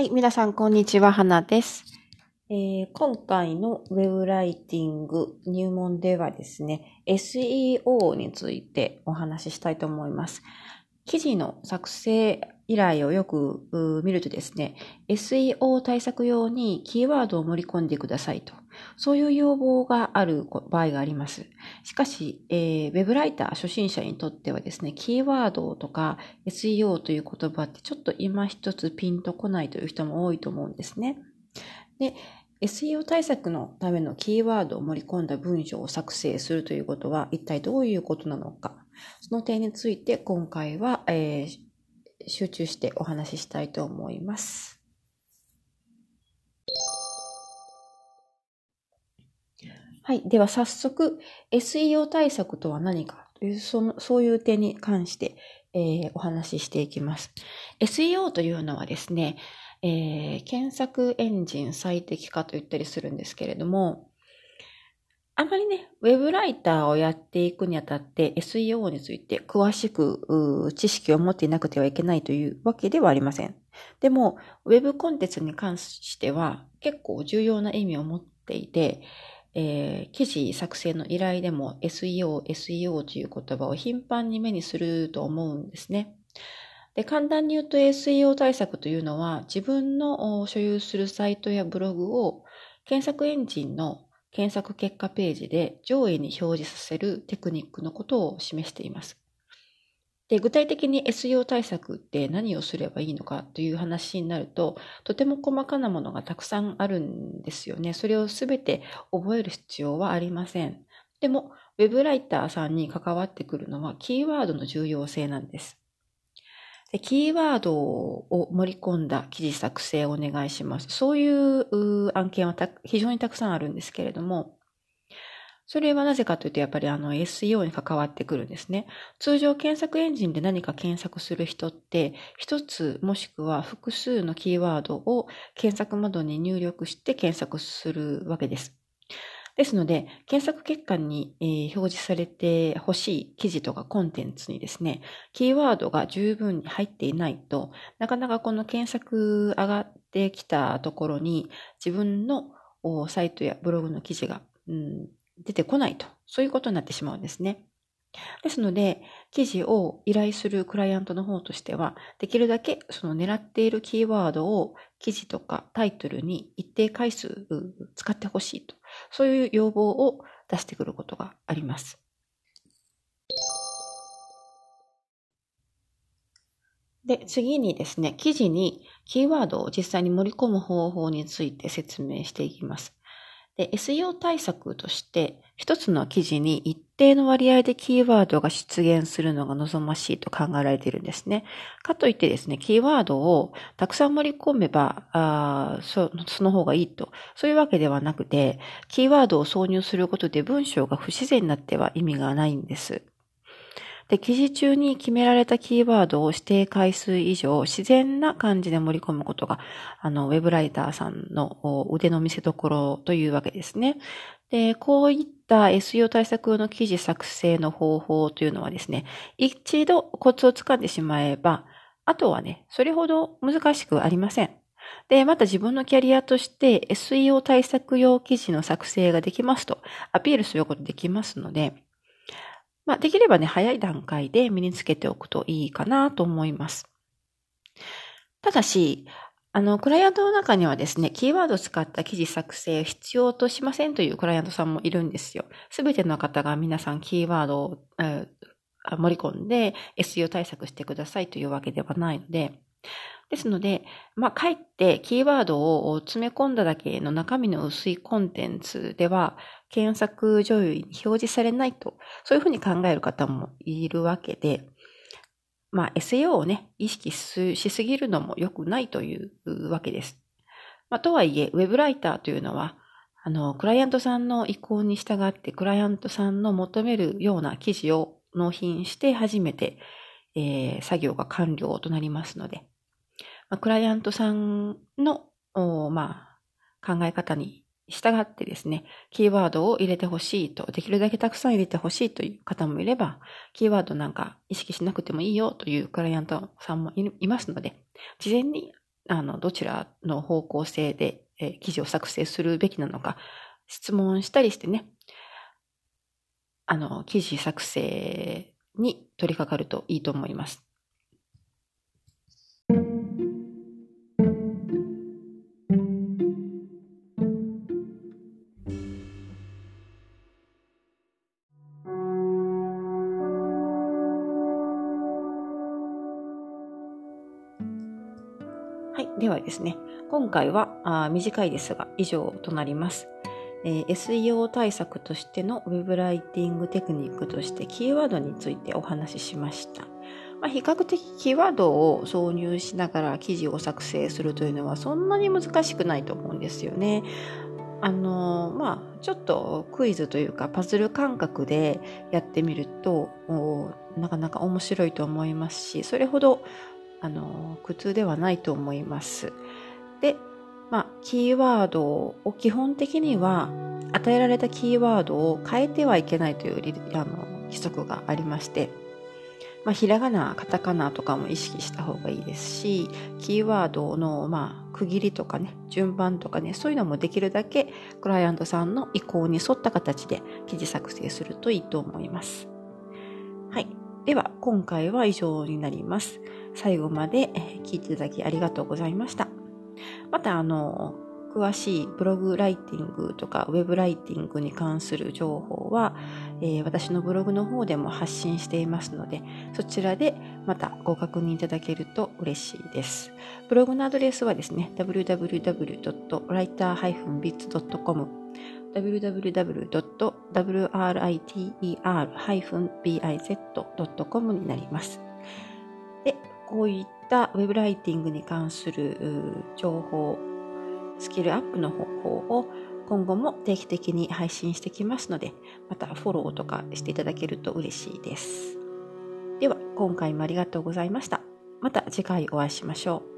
い、皆さん、こんにちは。花です。今回のウェブライティング入門ではですね、SEO についてお話ししたいと思います。記事の作成依頼をよく見るとですね、SEO 対策用にキーワードを盛り込んでくださいと、そういう要望がある場合があります。しかし、ウェブライター初心者にとってはですね、キーワードとか SEO という言葉ってちょっと今一つピンとこないという人も多いと思うんですね。で、SEO 対策のためのキーワードを盛り込んだ文章を作成するということは一体どういうことなのか。その点について今回は、集中してお話ししたいと思います。はい。では早速、SEO 対策とは何かという、そういう点に関して、お話ししていきます。SEO というのはですね、検索エンジン最適化と言ったりするんですけれども、あまりね、ウェブライターをやっていくにあたって SEO について詳しく知識を持っていなくてはいけないというわけではありません。でも、ウェブコンテンツに関しては結構重要な意味を持っていて、記事作成の依頼でも SEO という言葉を頻繁に目にすると思うんですね。で、簡単に言うと SEO 対策というのは自分の所有するサイトやブログを検索エンジンの検索結果ページで上位に表示させるテクニックのことを示しています。で、具体的に SEO 対策って何をすればいいのかという話になると、とても細かなものがたくさんあるんですよね。それをすべて覚える必要はありません。でも、ウェブライターさんに関わってくるのはキーワードの重要性なんです。で、キーワードを盛り込んだ記事作成をお願いします。そういう案件は非常にたくさんあるんですけれども、それはなぜかというと、やっぱりSEO に関わってくるんですね。通常検索エンジンで何か検索する人って、一つもしくは複数のキーワードを検索窓に入力して検索するわけです。ですので、検索結果に表示されてほしい記事とかコンテンツにですね、キーワードが十分に入っていないと、なかなかこの検索上がってきたところに自分のサイトやブログの記事が、出てこないと、そういうことになってしまうんですね。ですので、記事を依頼するクライアントの方としては、できるだけその狙っているキーワードを記事とかタイトルに一定回数使ってほしいと、そういう要望を出してくることがあります。で、次にですね、記事にキーワードを実際に盛り込む方法について説明していきます。で、SEO 対策として、一つの記事に一定の割合でキーワードが出現するのが望ましいと考えられているんですね。かといってですね、キーワードをたくさん盛り込めば、その方がいいと、そういうわけではなくて、キーワードを挿入することで文章が不自然になっては意味がないんです。で、記事中に決められたキーワードを指定回数以上自然な感じで盛り込むことが、ウェブライターさんの腕の見せ所というわけですね。で、こういった SEO 対策の記事作成の方法というのはですね、一度コツをつかんでしまえば、あとはね、それほど難しくありません。で、また自分のキャリアとして SEO 対策用記事の作成ができますとアピールすることができますので、できればね、早い段階で身につけておくといいかなと思います。ただし、クライアントの中にはですね、キーワードを使った記事作成を必要としませんというクライアントさんもいるんですよ。すべての方が皆さんキーワードを、盛り込んで SEO 対策してくださいというわけではないので、ですので、かえってキーワードを詰め込んだだけの中身の薄いコンテンツでは、検索上位に表示されないと、そういうふうに考える方もいるわけで、SEO をね、意識しすぎるのも良くないというわけです。とはいえ、ウェブライターというのは、クライアントさんの意向に従って、クライアントさんの求めるような記事を納品して初めて、作業が完了となりますので、クライアントさんの、考え方に従ってですね、キーワードを入れてほしいと、できるだけたくさん入れてほしいという方もいれば、キーワードなんか意識しなくてもいいよというクライアントさんもいますので、事前にどちらの方向性で、記事を作成するべきなのか、質問したりしてね、記事作成に取り掛かるといいと思います。はい。ではですね、今回は短いですが以上となります。SEO 対策としてのウェブライティングテクニックとしてキーワードについてお話ししました。比較的キーワードを挿入しながら記事を作成するというのはそんなに難しくないと思うんですよね。ちょっとクイズというかパズル感覚でやってみるとなかなか面白いと思いますし、それほど苦痛ではないと思います。で、キーワードを基本的には与えられたキーワードを変えてはいけないという規則がありまして、ひらがな、カタカナとかも意識した方がいいですし、キーワードの区切りとかね、順番とかね、そういうのもできるだけクライアントさんの意向に沿った形で記事作成するといいと思います。はい。では、今回は以上になります。最後まで聞いていただきありがとうございました。また、詳しいブログライティングとかウェブライティングに関する情報は、私のブログの方でも発信していますので、そちらでまたご確認いただけると嬉しいです。ブログのアドレスはですね、www.writer-bits.com www.writer-biz.com になります。で、こういったウェブライティングに関する情報、スキルアップの方法を今後も定期的に配信してきますので、またフォローとかしていただけると嬉しいです。では、今回もありがとうございました。また次回お会いしましょう。